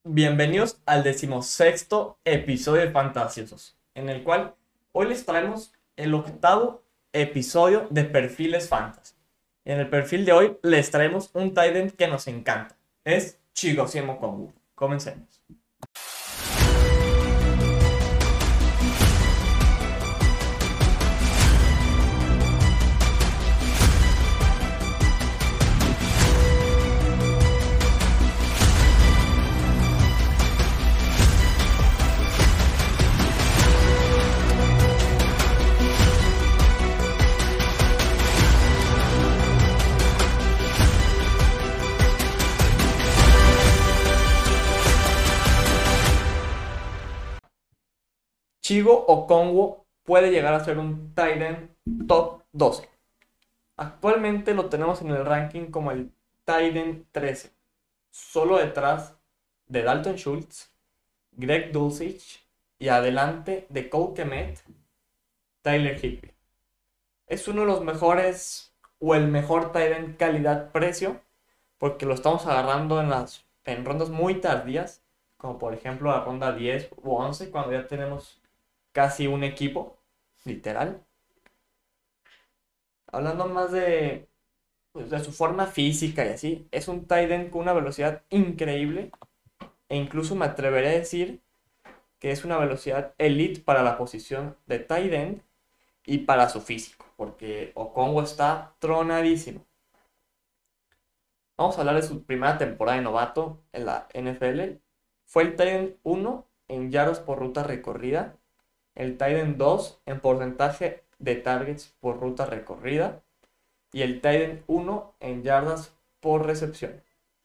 Bienvenidos al 16º episodio de Fantasiosos, en el cual hoy les traemos el octavo episodio de Perfiles Fantasy. En el perfil de hoy les traemos un tight end que nos encanta. Es Chigozie Okonkwo. Comencemos. Chigo Okonkwo puede llegar a ser un tight end top 12. Actualmente lo tenemos en el ranking como el tight end 13, solo detrás de Dalton Schultz, Greg Dulcich y adelante de Cole Kmet, Tyler Higbee. Es uno de los mejores o el mejor tight end calidad-precio porque lo estamos agarrando en rondas muy tardías, como por ejemplo la ronda 10 o 11, cuando ya tenemos casi un equipo, literal. Hablando más de su forma física y así, es un tight end con una velocidad increíble e incluso me atreveré a decir que es una velocidad elite para la posición de tight end y para su físico, porque Okonkwo está tronadísimo. Vamos a hablar de su primera temporada de novato en la NFL. Fue el tight end 1 en yardas por ruta recorrida, el tight end 2 en porcentaje de targets por ruta recorrida y el tight end 1 en yardas por recepción.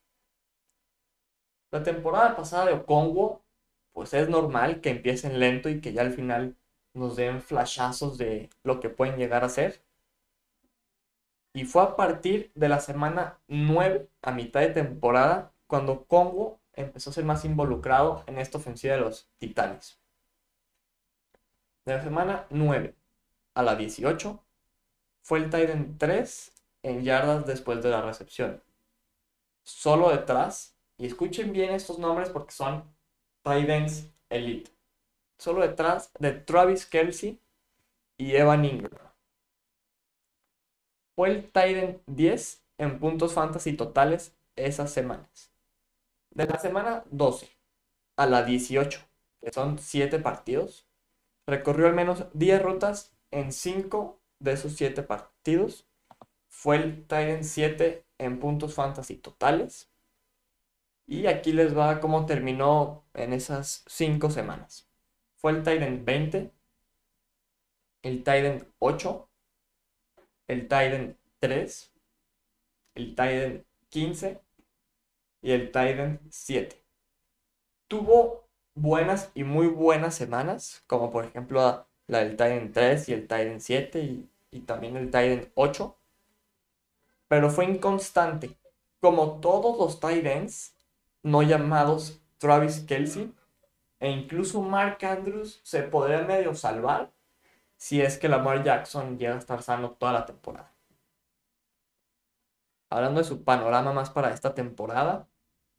La temporada pasada de Okonkwo, pues es normal que empiecen lento y que ya al final nos den flashazos de lo que pueden llegar a ser. Y fue a partir de la semana 9 a mitad de temporada cuando Okonkwo empezó a ser más involucrado en esta ofensiva de los Titanes. De la semana 9 a la 18 fue el tight end 3 en yardas después de la recepción. Solo detrás, y escuchen bien estos nombres porque son tight ends elite, solo detrás de Travis Kelce y Evan Ingram. Fue el tight end 10 en puntos fantasy totales esas semanas. De la semana 12 a la 18, que son 7 partidos, recorrió al menos 10 rutas en 5 de esos 7 partidos. Fue el tight end 7 en puntos fantasy totales. Y aquí les va cómo terminó en esas 5 semanas. Fue el tight end 20, el tight end 8, el tight end 3, el tight end 15 y el tight end 7. Tuvo buenas y muy buenas semanas, como por ejemplo la del tight end 3 y el tight end 7 y también el tight end 8, pero fue inconstante, como todos los tight ends no llamados Travis Kelce e incluso Mark Andrews se podría medio salvar si es que Lamar Jackson llega a estar sano toda la temporada. Hablando de su panorama más para esta temporada,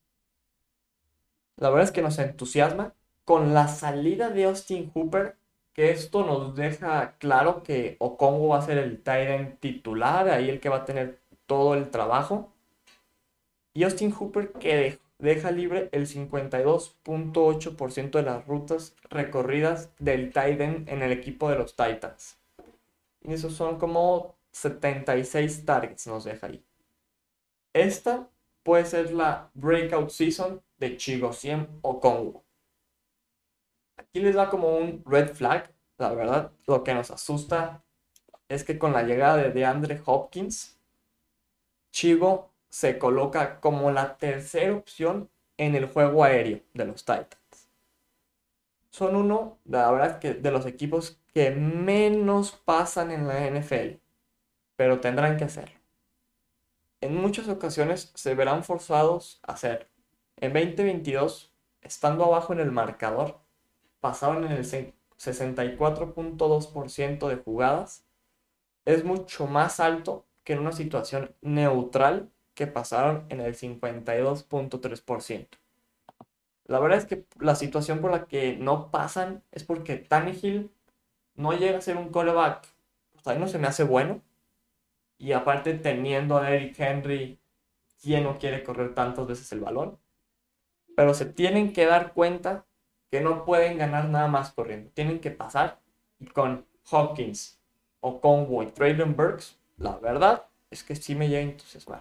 la verdad es que nos entusiasma con la salida de Austin Hooper, que esto nos deja claro que Okonkwo va a ser el tight end titular, ahí el que va a tener todo el trabajo. Y Austin Hooper que deja libre el 52.8% de las rutas recorridas del tight end en el equipo de los Titans. Y esos son como 76 targets nos deja ahí. Esta puede ser la breakout season de Chigozie Okonkwo. Aquí les da como un red flag. La verdad, lo que nos asusta es que con la llegada de DeAndre Hopkins, Chigo se coloca como la tercera opción en el juego aéreo de los Titans. Son uno, la verdad, que de los equipos que menos pasan en la NFL, pero tendrán que hacerlo. En muchas ocasiones se verán forzados a hacerlo. En 2022, estando abajo en el marcador, pasaron en el 64.2% de jugadas. Es mucho más alto que en una situación neutral que pasaron en el 52.3%. La verdad es que la situación por la que no pasan es porque Tannehill no llega a ser un quarterback, pues ahí no se me hace bueno. Y aparte teniendo a Eric Henry, ¿quién no quiere correr tantas veces el balón? Pero se tienen que dar cuenta que no pueden ganar nada más corriendo. Tienen que pasar y con Hopkins o Conway, Traylon Burks, la verdad es que sí me llega a entusiasmar.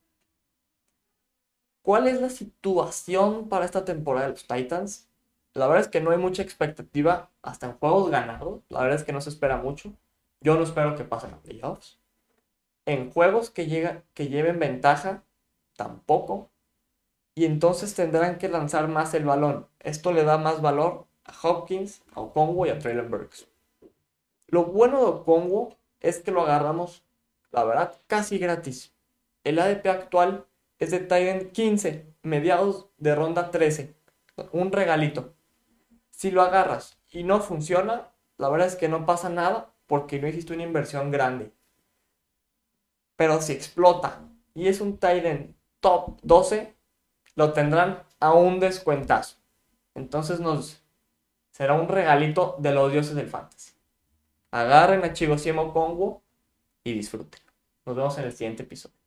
¿Cuál es la situación para esta temporada de los Titans? La verdad es que no hay mucha expectativa hasta en juegos ganados. La verdad es que no se espera mucho. Yo no espero que pasen a playoffs. En juegos que lleven ventaja, tampoco. Y entonces tendrán que lanzar más el balón. Esto le da más valor a Hopkins, a Okongo y a Traylon Burks. Lo bueno de Okongo es que lo agarramos, la verdad, casi gratis. El ADP actual es de Titan 15, mediados de ronda 13. Un regalito. Si lo agarras y no funciona, la verdad es que no pasa nada porque no hiciste una inversión grande. Pero si explota y es un Titan top 12, lo tendrán a un descuentazo. Entonces será un regalito de los dioses del fantasy. Agarren a Chigosiemo Congo y disfruten. Nos vemos en el siguiente episodio.